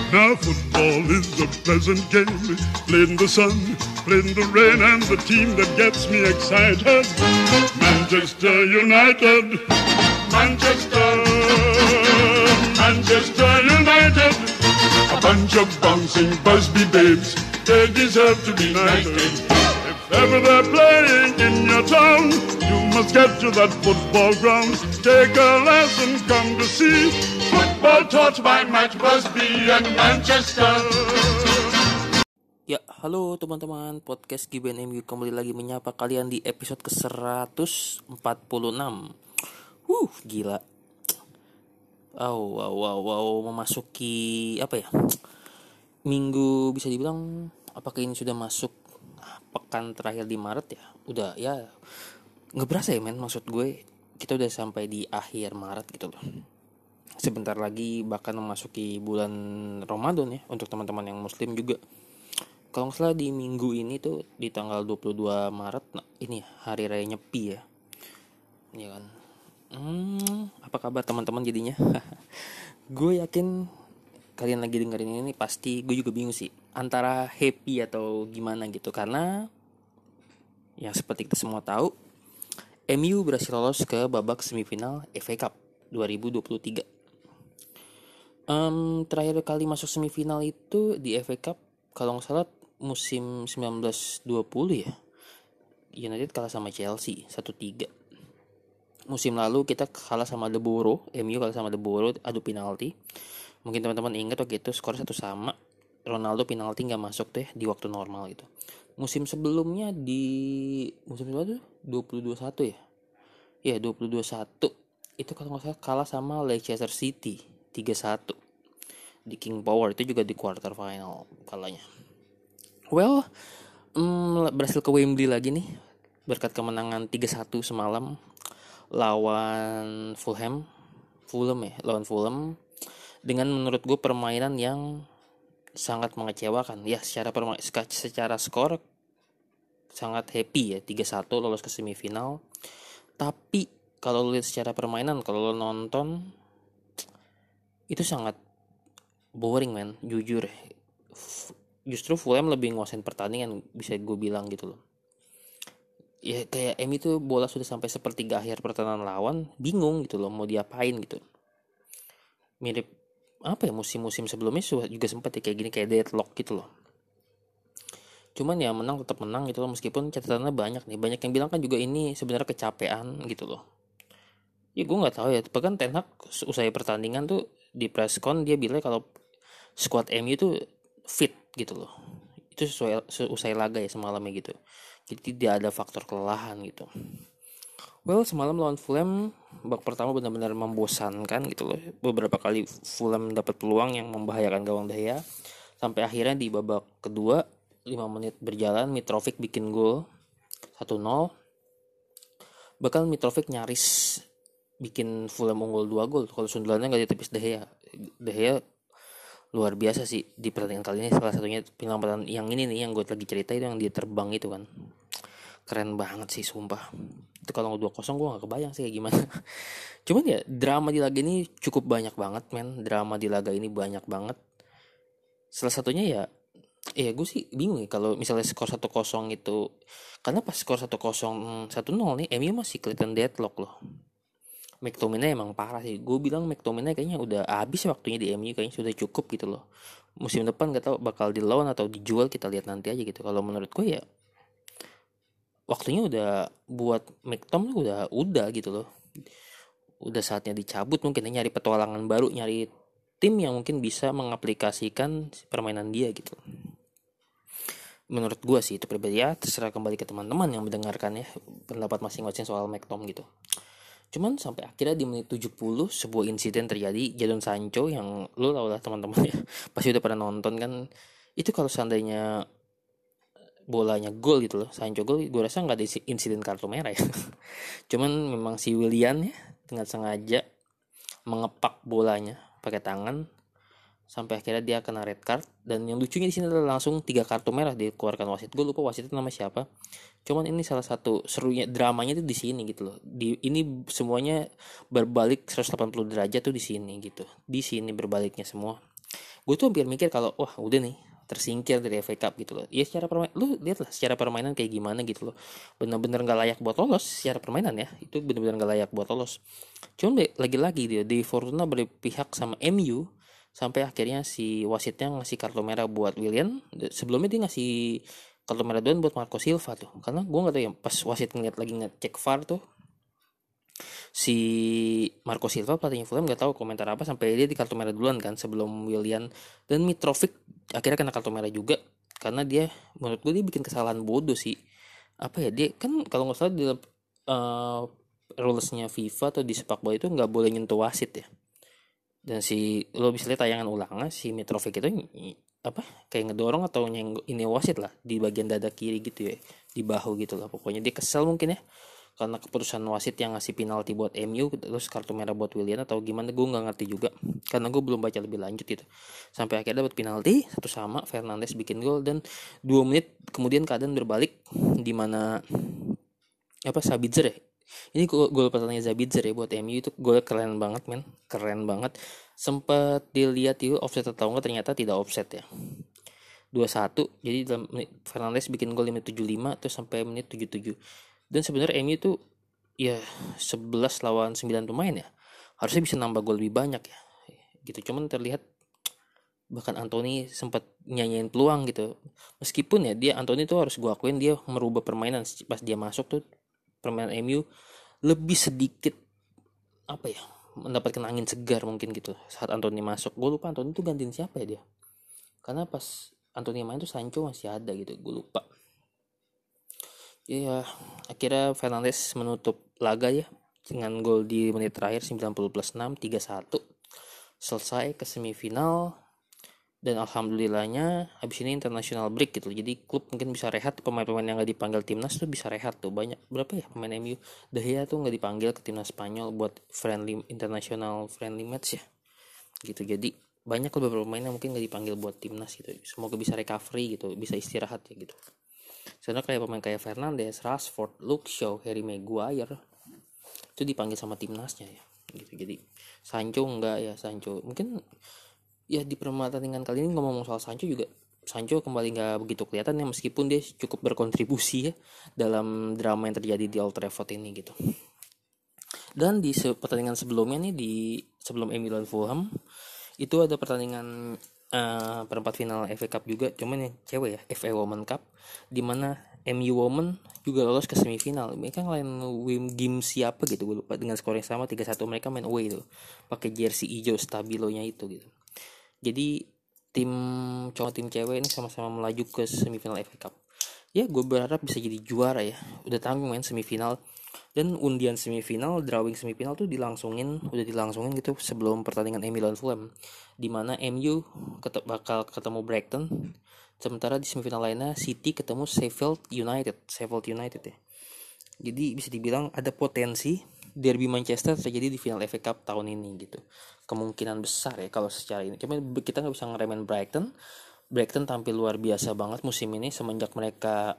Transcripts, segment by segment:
Now football is a pleasant game, played in the sun, played in the rain, and the team that gets me excited, Manchester United, Manchester, Manchester United, a bunch of bouncing Busby babes, they deserve to be knighted. If ever they're playing in your town, you must get to that football ground, take a lesson, come to see football taught by Matt Busby and Manchester. Ya, halo teman-teman, podcast Giben MU kembali lagi menyapa kalian di episode ke-146. Gila. Memasuki apa ya? Minggu bisa dibilang, apakah ini sudah masuk pekan terakhir di Maret ya? Udah ya, nggak berasa ya men, maksud gue kita udah sampai di akhir Maret gitu loh. Sebentar lagi bahkan memasuki bulan Ramadan ya, untuk teman-teman yang muslim juga. Kalau nggak salah di minggu ini tuh di tanggal 22 Maret, nah ini hari raya Nyepi ya. Iya kan. Apa kabar teman-teman jadinya? Gue yakin kalian lagi dengerin ini pasti gue juga bingung sih antara happy atau gimana gitu, karena yang seperti kita semua tahu, MU berhasil lolos ke babak semifinal FA Cup 2023. Terakhir kali masuk semifinal itu di FA Cup kalau nggak salah musim 1920 ya. United kalah sama Chelsea 1-3. Musim lalu kita kalah sama The Borough, MU kalah sama The Borough adu penalti. Mungkin teman-teman ingat waktu itu skor 1-1. Ronaldo penalti nggak masuk deh di waktu normal gitu. Musim sebelumnya musim sebelumnya tuh 2021 ya. Ya 2021 itu kalau nggak salah kalah sama Leicester City 3-1 di King Power, itu juga di quarter final kalahnya. Berhasil ke Wembley lagi nih berkat kemenangan 3-1 semalam lawan Fulham dengan menurut gue permainan yang sangat mengecewakan ya. Secara skor sangat happy ya, 3-1 lolos ke semifinal. Tapi kalau lihat secara permainan, kalau lo nonton itu sangat boring man, jujur. Justru Fulham lebih nguasain pertandingan, bisa gue bilang gitu loh. Ya kayak MU itu bola sudah sampai sepertiga akhir pertandingan lawan, bingung gitu loh mau diapain gitu. Mirip apa ya, musim-musim sebelumnya juga sempat ya kayak gini, kayak deadlock gitu loh. Cuman ya menang tetap menang gitu loh, meskipun catatannya banyak nih. Banyak yang bilang kan juga ini sebenarnya kecapean gitu loh. Ya gue nggak tahu ya, bahkan Ten Hag usai pertandingan tuh di press con dia bilang kalau squad MU tuh fit gitu loh. Itu usai laga ya semalamnya gitu. Jadi tidak ada faktor kelelahan gitu. Semalam lawan Fulham babak pertama benar-benar membosankan gitu loh. Beberapa kali Fulham dapat peluang yang membahayakan gawang De Gea. Sampai akhirnya di babak kedua 5 menit berjalan Mitrovic bikin gol 1-0. Bahkan Mitrovic nyaris bikin Fulham unggul 2 gol kalau sundulannya nggak ditepis De Gea. De Gea luar biasa sih di pertandingan kali ini. Salah satunya penyelamatan yang ini nih yang gue lagi cerita itu, yang dia terbang itu kan, keren banget sih sumpah. Itu kalau 2-0 gue gak kebayang sih kayak gimana. Cuman ya drama di laga ini cukup banyak banget men. Drama di laga ini banyak banget. Salah satunya ya gue sih bingung ya kalau misalnya skor 1-0 itu, karena pas skor 1-0 1-0 nih MU masih kelihatan deadlock loh. McTominay emang parah sih. Gue bilang McTominay kayaknya udah habis waktunya di MU, kayaknya sudah cukup gitu loh. Musim depan gak tahu bakal di loan atau dijual, kita lihat nanti aja gitu. Kalau menurut gue ya waktunya udah buat McTom udah gitu loh. Udah saatnya dicabut, mungkin nyari petualangan baru, nyari tim yang mungkin bisa mengaplikasikan permainan dia gitu. Menurut gue sih itu pribadi ya, terserah kembali ke teman-teman yang mendengarkan ya pendapat masing-masing soal McTom gitu. Cuman sampai akhirnya di menit 70 sebuah insiden terjadi. Jadon Sancho yang lo tau lah teman-teman ya, pasti udah pernah nonton kan. Itu kalau seandainya bolanya gol gitu loh, Sancho gol, gue rasa nggak ada insiden kartu merah ya. Cuman memang si Willian ya dengan sengaja mengepak bolanya pakai tangan sampai akhirnya dia kena red card. Dan yang lucunya di sini adalah langsung 3 kartu merah dikeluarkan wasit. Gue lupa wasitnya nama siapa. Cuman ini salah satu serunya, dramanya tuh di sini gitu loh. Ini semuanya berbalik 180 derajat tuh di sini gitu. Di sini berbaliknya semua. gue tuh hampir mikir kalau wah udah nih tersingkir dari FA Cup gitu loh. Ya secara permainan lu lihat lah secara permainan kayak gimana gitu loh. Bener-bener nggak layak buat lolos secara permainan ya. Itu bener-bener nggak layak buat lolos. Cuman lagi-lagi dia di Fortuna berpihak sama MU sampai akhirnya si wasitnya ngasih kartu merah buat Willian. Sebelumnya dia ngasih kartu merah duluan buat Marco Silva tuh. Karena gue nggak tahu ya pas wasit ngeliat lagi ngecek VAR tuh si Marco Silva pelatihnya Fulham nggak tahu komentar apa sampai dia di kartu merah duluan kan sebelum Willian, dan Mitrovic akhirnya kena kartu merah juga karena dia menurut gue dia bikin kesalahan bodoh sih. Apa ya, dia kan kalau nggak salah di rulesnya FIFA atau di sepak bola itu nggak boleh nyentuh wasit ya, dan si lo bisa lihat tayangan ulangnya si Mitrovic itu apa kayak ngedorong atau nyenggol ini wasit lah di bagian dada kiri gitu ya, di bahu gitu lah, pokoknya dia kesel mungkin ya karena keputusan wasit yang ngasih penalti buat MU terus kartu merah buat Willian atau gimana gue nggak ngerti juga karena gue belum baca lebih lanjut gitu. Sampai akhirnya dapat penalti 1-1, Fernandes bikin gol dan 2 menit kemudian keadaan berbalik di mana apa Sabitzer ya, ini gol pertandingan Sabitzer ya buat MU itu gol keren banget men, keren banget. Sempat dilihat itu offset atau enggak, ternyata tidak offset ya. 2-1, jadi dalam Fernandes bikin gol di menit 75 terus sampai menit 77. Dan sebenarnya MU itu ya 11 lawan 9 pemain ya, harusnya bisa nambah gol lebih banyak ya gitu. Cuman terlihat bahkan Anthony sempat nyanyiin peluang gitu, meskipun ya dia Anthony tuh harus gue akuin dia merubah permainan pas dia masuk tuh. Permainan MU lebih sedikit apa ya, mendapatkan angin segar mungkin gitu saat Anthony masuk. Gue lupa Anthony tuh gantiin siapa ya dia, karena pas Anthony main tuh Sancho masih ada gitu, gue lupa ya. Akhirnya Fernandes menutup laga ya dengan gol di menit terakhir 90+6 3-1 selesai ke semifinal. Dan alhamdulillahnya habis ini international break gitu, jadi klub mungkin bisa rehat, pemain-pemain yang gak dipanggil timnas tuh bisa rehat tuh. Banyak berapa ya pemain MU, De Gea tuh gak dipanggil ke timnas Spanyol buat friendly international friendly match ya gitu. Jadi banyak beberapa pemain yang mungkin gak dipanggil buat timnas gitu, semoga bisa recovery gitu, bisa istirahat ya gitu. Soalnya kayak pemain kayak Fernandes, Rashford, Luke Shaw, Harry Maguire itu dipanggil sama timnasnya ya gitu. Jadi Sancho enggak ya, Sancho mungkin ya di pertandingan kali ini ngomong soal Sancho juga, Sancho kembali nggak begitu kelihatan ya, meskipun dia cukup berkontribusi ya dalam drama yang terjadi di Old Trafford ini gitu. Dan di pertandingan sebelumnya nih, di sebelum MU lawan Fulham itu ada pertandingan perempat final FA Cup juga, cuman yang cewek ya, FA Women Cup, di mana MU Women juga lolos ke semifinal. Mereka ngelain Wim siapa gitu, gue lupa, dengan skor yang sama 3-1. Mereka main away tuh pakai jersey hijau stabilonya itu gitu. Jadi tim cowok tim cewek ini sama-sama melaju ke semifinal FA Cup. Ya gue berharap bisa jadi juara ya. Udah tanggung main semifinal, dan undian semifinal, drawing semifinal tuh udah dilangsungin gitu sebelum pertandingan MU lawan Fulham, dimana MU bakal ketemu Brighton, sementara di semifinal lainnya City ketemu Sheffield United ya. Jadi bisa dibilang ada potensi derby Manchester terjadi di final FA Cup tahun ini gitu. Kemungkinan besar ya kalau secara ini. Cuma kita nggak bisa ngeremen Brighton. Brighton tampil luar biasa banget musim ini semenjak mereka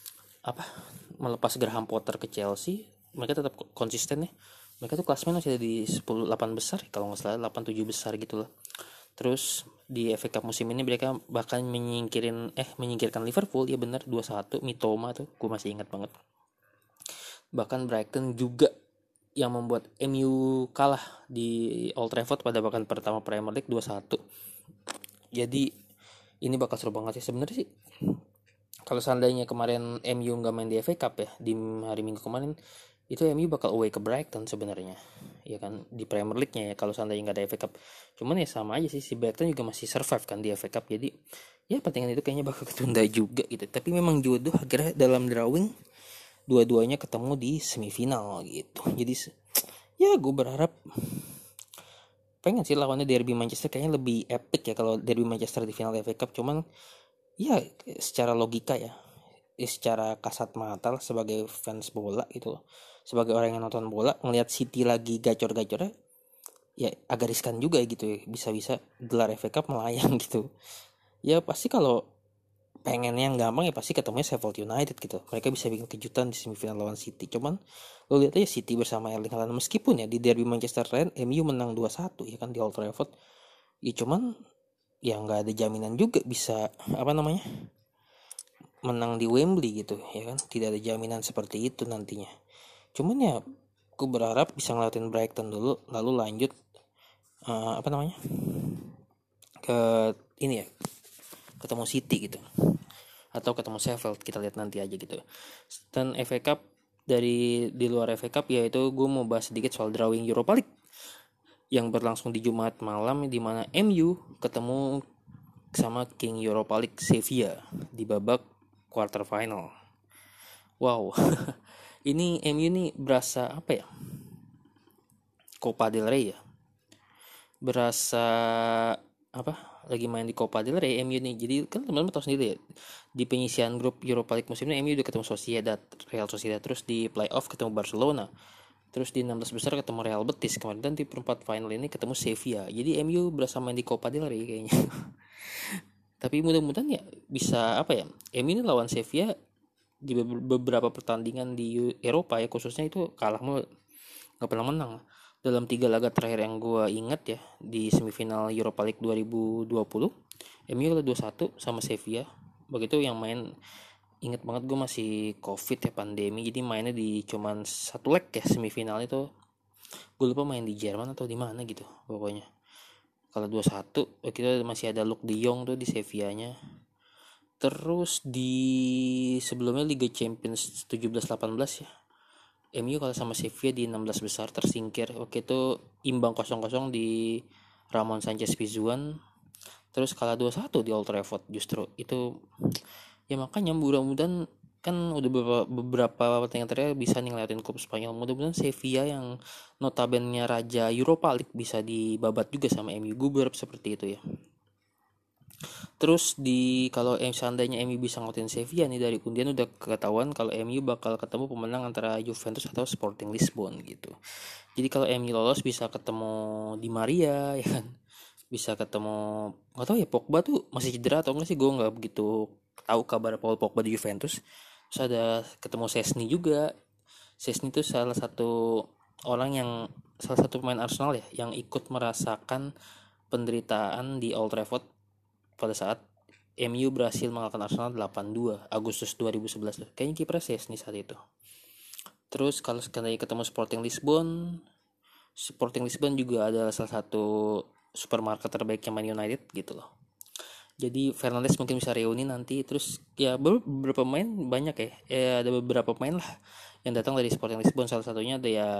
melepas Graham Potter ke Chelsea. Mereka tetap konsisten ya. Mereka tuh klasmen masih ada di 8 besar kalau nggak salah, 8-7 besar gitu lah. Terus di FA Cup musim ini mereka bahkan menyingkirkan Liverpool ya, benar 2-1 Mitoma tuh, gue masih ingat banget. Bahkan Brighton juga yang membuat MU kalah di Old Trafford pada pekan pertama Premier League 2-1. Jadi ini bakal seru banget sih sebenarnya sih. Kalau seandainya kemarin MU nggak main di FA Cup ya di hari Minggu kemarin, itu MU bakal away ke Brighton sebenarnya, ya kan, di Premier League-nya ya kalau seandainya nggak ada FA Cup. Cuman ya sama aja sih, si Brighton juga masih survive kan di FA Cup. Jadi ya pertandingan itu kayaknya bakal ketunda juga gitu. Tapi memang jodoh akhirnya dalam drawing dua-duanya ketemu di semifinal gitu. Jadi ya gue berharap pengen sih lawannya derby Manchester, kayaknya lebih epic ya kalau derby Manchester di final FA Cup. Cuman ya secara logika ya secara kasat mata lah, sebagai fans bola gitu, sebagai orang yang nonton bola, ngelihat City lagi gacor-gacornya ya agak riskan juga gitu ya, bisa-bisa gelar FA Cup melayang gitu. Ya pasti kalau pengen yang gampang ya pasti ketemunya Sheffield United gitu. Mereka bisa bikin kejutan di semifinal lawan City. Cuman lo lihat aja City bersama Erling Haaland, meskipun ya di derby Manchester MU menang 2-1 ya kan di Old Trafford. Ya cuman ya nggak ada jaminan juga bisa menang di Wembley gitu ya kan, tidak ada jaminan seperti itu nantinya. Cuman ya aku berharap bisa ngelawatin Brighton dulu lalu lanjut ke ini ya, ketemu City gitu atau ketemu Sheffield, kita lihat nanti aja gitu. Dan FA Cup, di luar FA Cup yaitu gue mau bahas sedikit soal drawing Europa League yang berlangsung di Jumat malam, di mana MU ketemu sama King Europa League Sevilla di babak quarter final. Wow. Ini MU nih berasa apa ya, Copa del Rey ya, berasa lagi main di Copa del Rey MU nih. Jadi kan teman-teman tahu sendiri ya, di penyisian grup Europa League musim ini MU udah ketemu Real Sociedad, terus di playoff ketemu Barcelona, terus di 16 besar ketemu Real Betis kemarin, dan di perempat final ini ketemu Sevilla. Jadi MU berasa main di Copa del Rey kayaknya. Tapi mudah-mudahan ya bisa MU ini lawan Sevilla di beberapa pertandingan di Eropa ya khususnya itu kalah mulu, nggak pernah menang. Dalam 3 laga terakhir yang gue ingat ya, di semifinal Europa League 2020 MU kalah 2-1 sama Sevilla. Begitu yang main, inget banget gue masih covid ya, pandemi, jadi mainnya di cuman 1 leg ya semifinal itu. Gue lupa main di Jerman atau di mana gitu pokoknya. Kalau 2-1 kita masih ada Luuk de Jong tuh di Sevilla-nya. Terus di sebelumnya Liga Champions 17-18 ya, MU kalah sama Sevilla di 16 besar, tersingkir. Oke, itu imbang 0-0 di Ramon Sanchez Pizjuan. Terus kalah 2-1 di Old Trafford justru. Itu ya makanya mudah-mudahan kan udah beberapa pertandingan terakhir bisa nih ngeliatin klub Spanyol. Mudah-mudahan Sevilla yang notabene raja Europa League bisa dibabat juga sama MU. Gue berharap seperti itu ya. Terus kalau seandainya MU bisa ngotin Sevilla nih, dari undian udah ketahuan kalau MU bakal ketemu pemenang antara Juventus atau Sporting Lisbon gitu. Jadi kalau MU lolos bisa ketemu Di Maria ya kan, bisa ketemu, nggak tahu ya Pogba tuh masih cedera atau enggak sih, gue nggak begitu tahu kabar Paul Pogba di Juventus. Terus ada ketemu Szczesny juga. Szczesny itu salah satu pemain Arsenal ya yang ikut merasakan penderitaan di Old Trafford pada saat MU berhasil mengalahkan Arsenal 8-2 Agustus 2011 tuh. Kayaknya kipernya Szczesny saat itu. Terus kalau sekali ketemu Sporting Lisbon juga adalah salah satu supermarket terbaiknya Man United gitu loh. Jadi Fernandes mungkin bisa reuni nanti. Terus ya beberapa pemain banyak ya. Ada beberapa pemain lah yang datang dari Sporting Lisbon. Salah satunya ada ya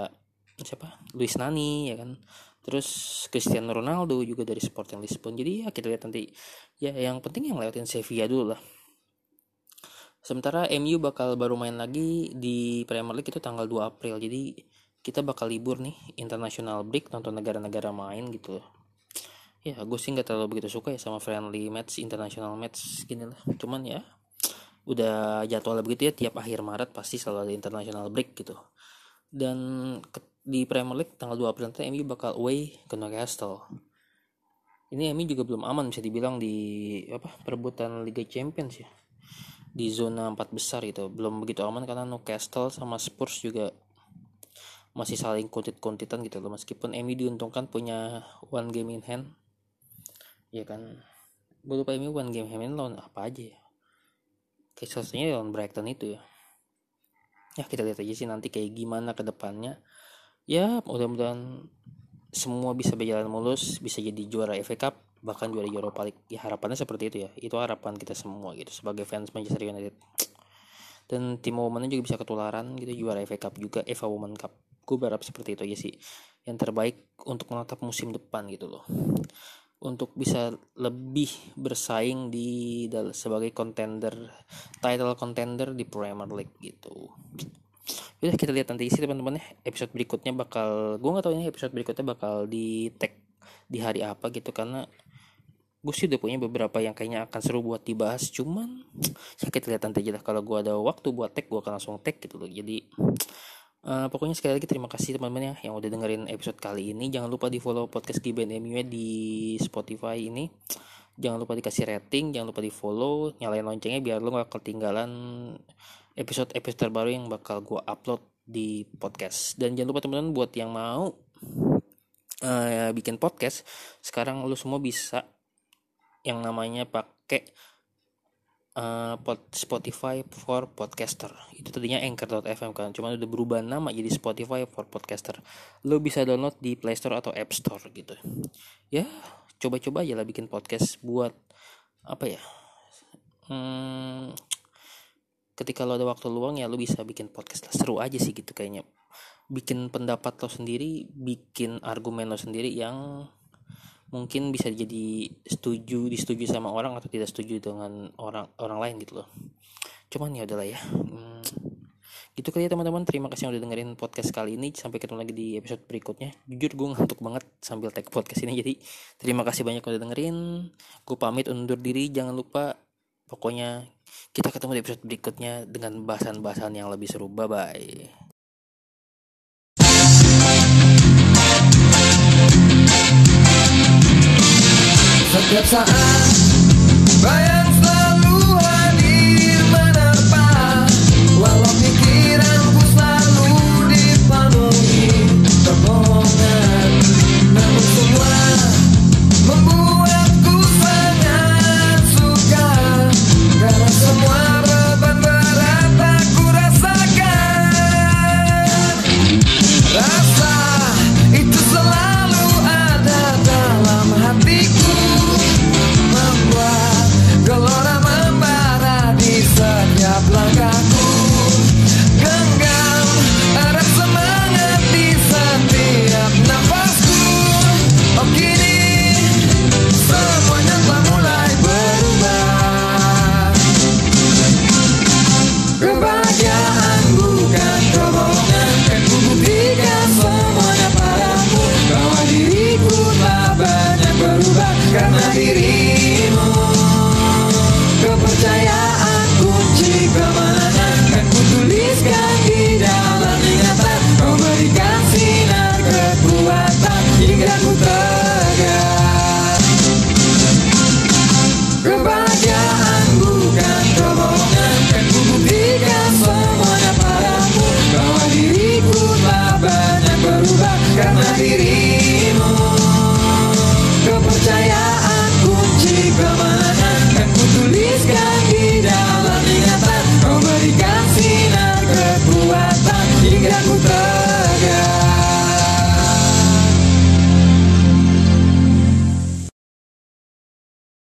Luis Nani ya kan. Terus Cristiano Ronaldo juga dari Sporting Lisbon. Jadi ya kita lihat nanti. Ya yang penting yang lewatin Sevilla dulu lah. Sementara MU bakal baru main lagi di Premier League itu tanggal 2 April. Jadi kita bakal libur nih, international break, nonton negara-negara main gitu. Ya gue sih gak terlalu begitu suka ya sama friendly match, international match gini lah. Cuman ya udah jadwalnya begitu ya, tiap akhir Maret pasti selalu ada international break gitu. Dan di Premier League tanggal 2 April nanti MU bakal away ke Newcastle. Ini MU juga belum aman bisa dibilang di perebutan Liga Champions ya, di zona 4 besar itu belum begitu aman karena Newcastle sama Spurs juga masih saling kontit-kontitan gitu loh. Meskipun MU diuntungkan punya one game in hand ya kan. Gue lupa MU one game in hand lawan apa aja ya, kayak selesainya lawan Brighton itu ya. Ya kita lihat aja sih nanti kayak gimana ke depannya. Ya mudah-mudahan semua bisa berjalan mulus, bisa jadi juara FA Cup, bahkan juara Europa League. Ya harapannya seperti itu ya. Itu harapan kita semua gitu sebagai fans Manchester United. Dan tim womennya juga bisa ketularan gitu, juara FA Cup juga, FA Women Cup. Gue berharap seperti itu aja sih, yang terbaik untuk menatap musim depan gitu loh, untuk bisa lebih bersaing sebagai title contender di Premier League gitu. Udah kita lihat nanti isi teman-teman ya. Episode berikutnya gue nggak tahu ini episode berikutnya bakal di tag di hari apa gitu, karena gue sih udah punya beberapa yang kayaknya akan seru buat dibahas. Cuman ya kita lihat nanti aja lah, kalau gue ada waktu buat tag gue akan langsung tag gitu loh. Jadi pokoknya sekali lagi terima kasih teman-teman ya yang udah dengerin episode kali ini. Jangan lupa di follow podcast Giben MU di Spotify ini. Jangan lupa dikasih rating, jangan lupa di follow, nyalain loncengnya biar lo gak ketinggalan episode terbaru yang bakal gue upload di podcast. Dan jangan lupa teman-teman buat yang mau bikin podcast, sekarang lo semua bisa yang namanya pakai Spotify for Podcaster. Itu tadinya Anchor.fm kan, cuman udah berubah nama jadi Spotify for Podcaster. Lo bisa download di Play Store atau App Store gitu. Ya, coba-coba aja lah bikin podcast buat apa ya? Ketika lo ada waktu luang ya lo bisa bikin podcast lah. Seru aja sih gitu kayaknya. Bikin pendapat lo sendiri, bikin argumen lo sendiri yang mungkin bisa jadi disetujui sama orang atau tidak setuju dengan orang lain gitu loh. Cuman ya udahlah ya. Gitu kali ya teman-teman. Terima kasih yang udah dengerin podcast kali ini. Sampai ketemu lagi di episode berikutnya. Jujur gue ngantuk banget sambil take podcast ini. Jadi terima kasih banyak udah dengerin. Gue pamit undur diri. Jangan lupa, pokoknya kita ketemu di episode berikutnya dengan bahasan-bahasan yang lebih seru. Bye bye. Setiap saat bayang selalu hadir menerpa, walau pikiranku selalu dipenuhi kebohongan, namun semua membuatku sangat suka, karena semua beban berat aku rasakan. Rasa itu selalu ada dalam hatiku, membuat gelora membara di setiap langkahku. Genggam erat semangat di setiap nafasku. Oh kini semuanya telah mulai berubah. Kebahagiaan bukan kebohongan, kan ku buktikan semuanya padamu, bahwa diriku telah banyak berubah karena dirimu. Kepercayaan kunci kemenangan, kan ku tuliskan di dalam ingatan. Kau berikan sinar kekuatan hingga ku tegak. Kebahagiaan bukan kebohongan, kan ku buktikan semuanya padamu, bahwa diriku telah banyak berubah karena dirimu.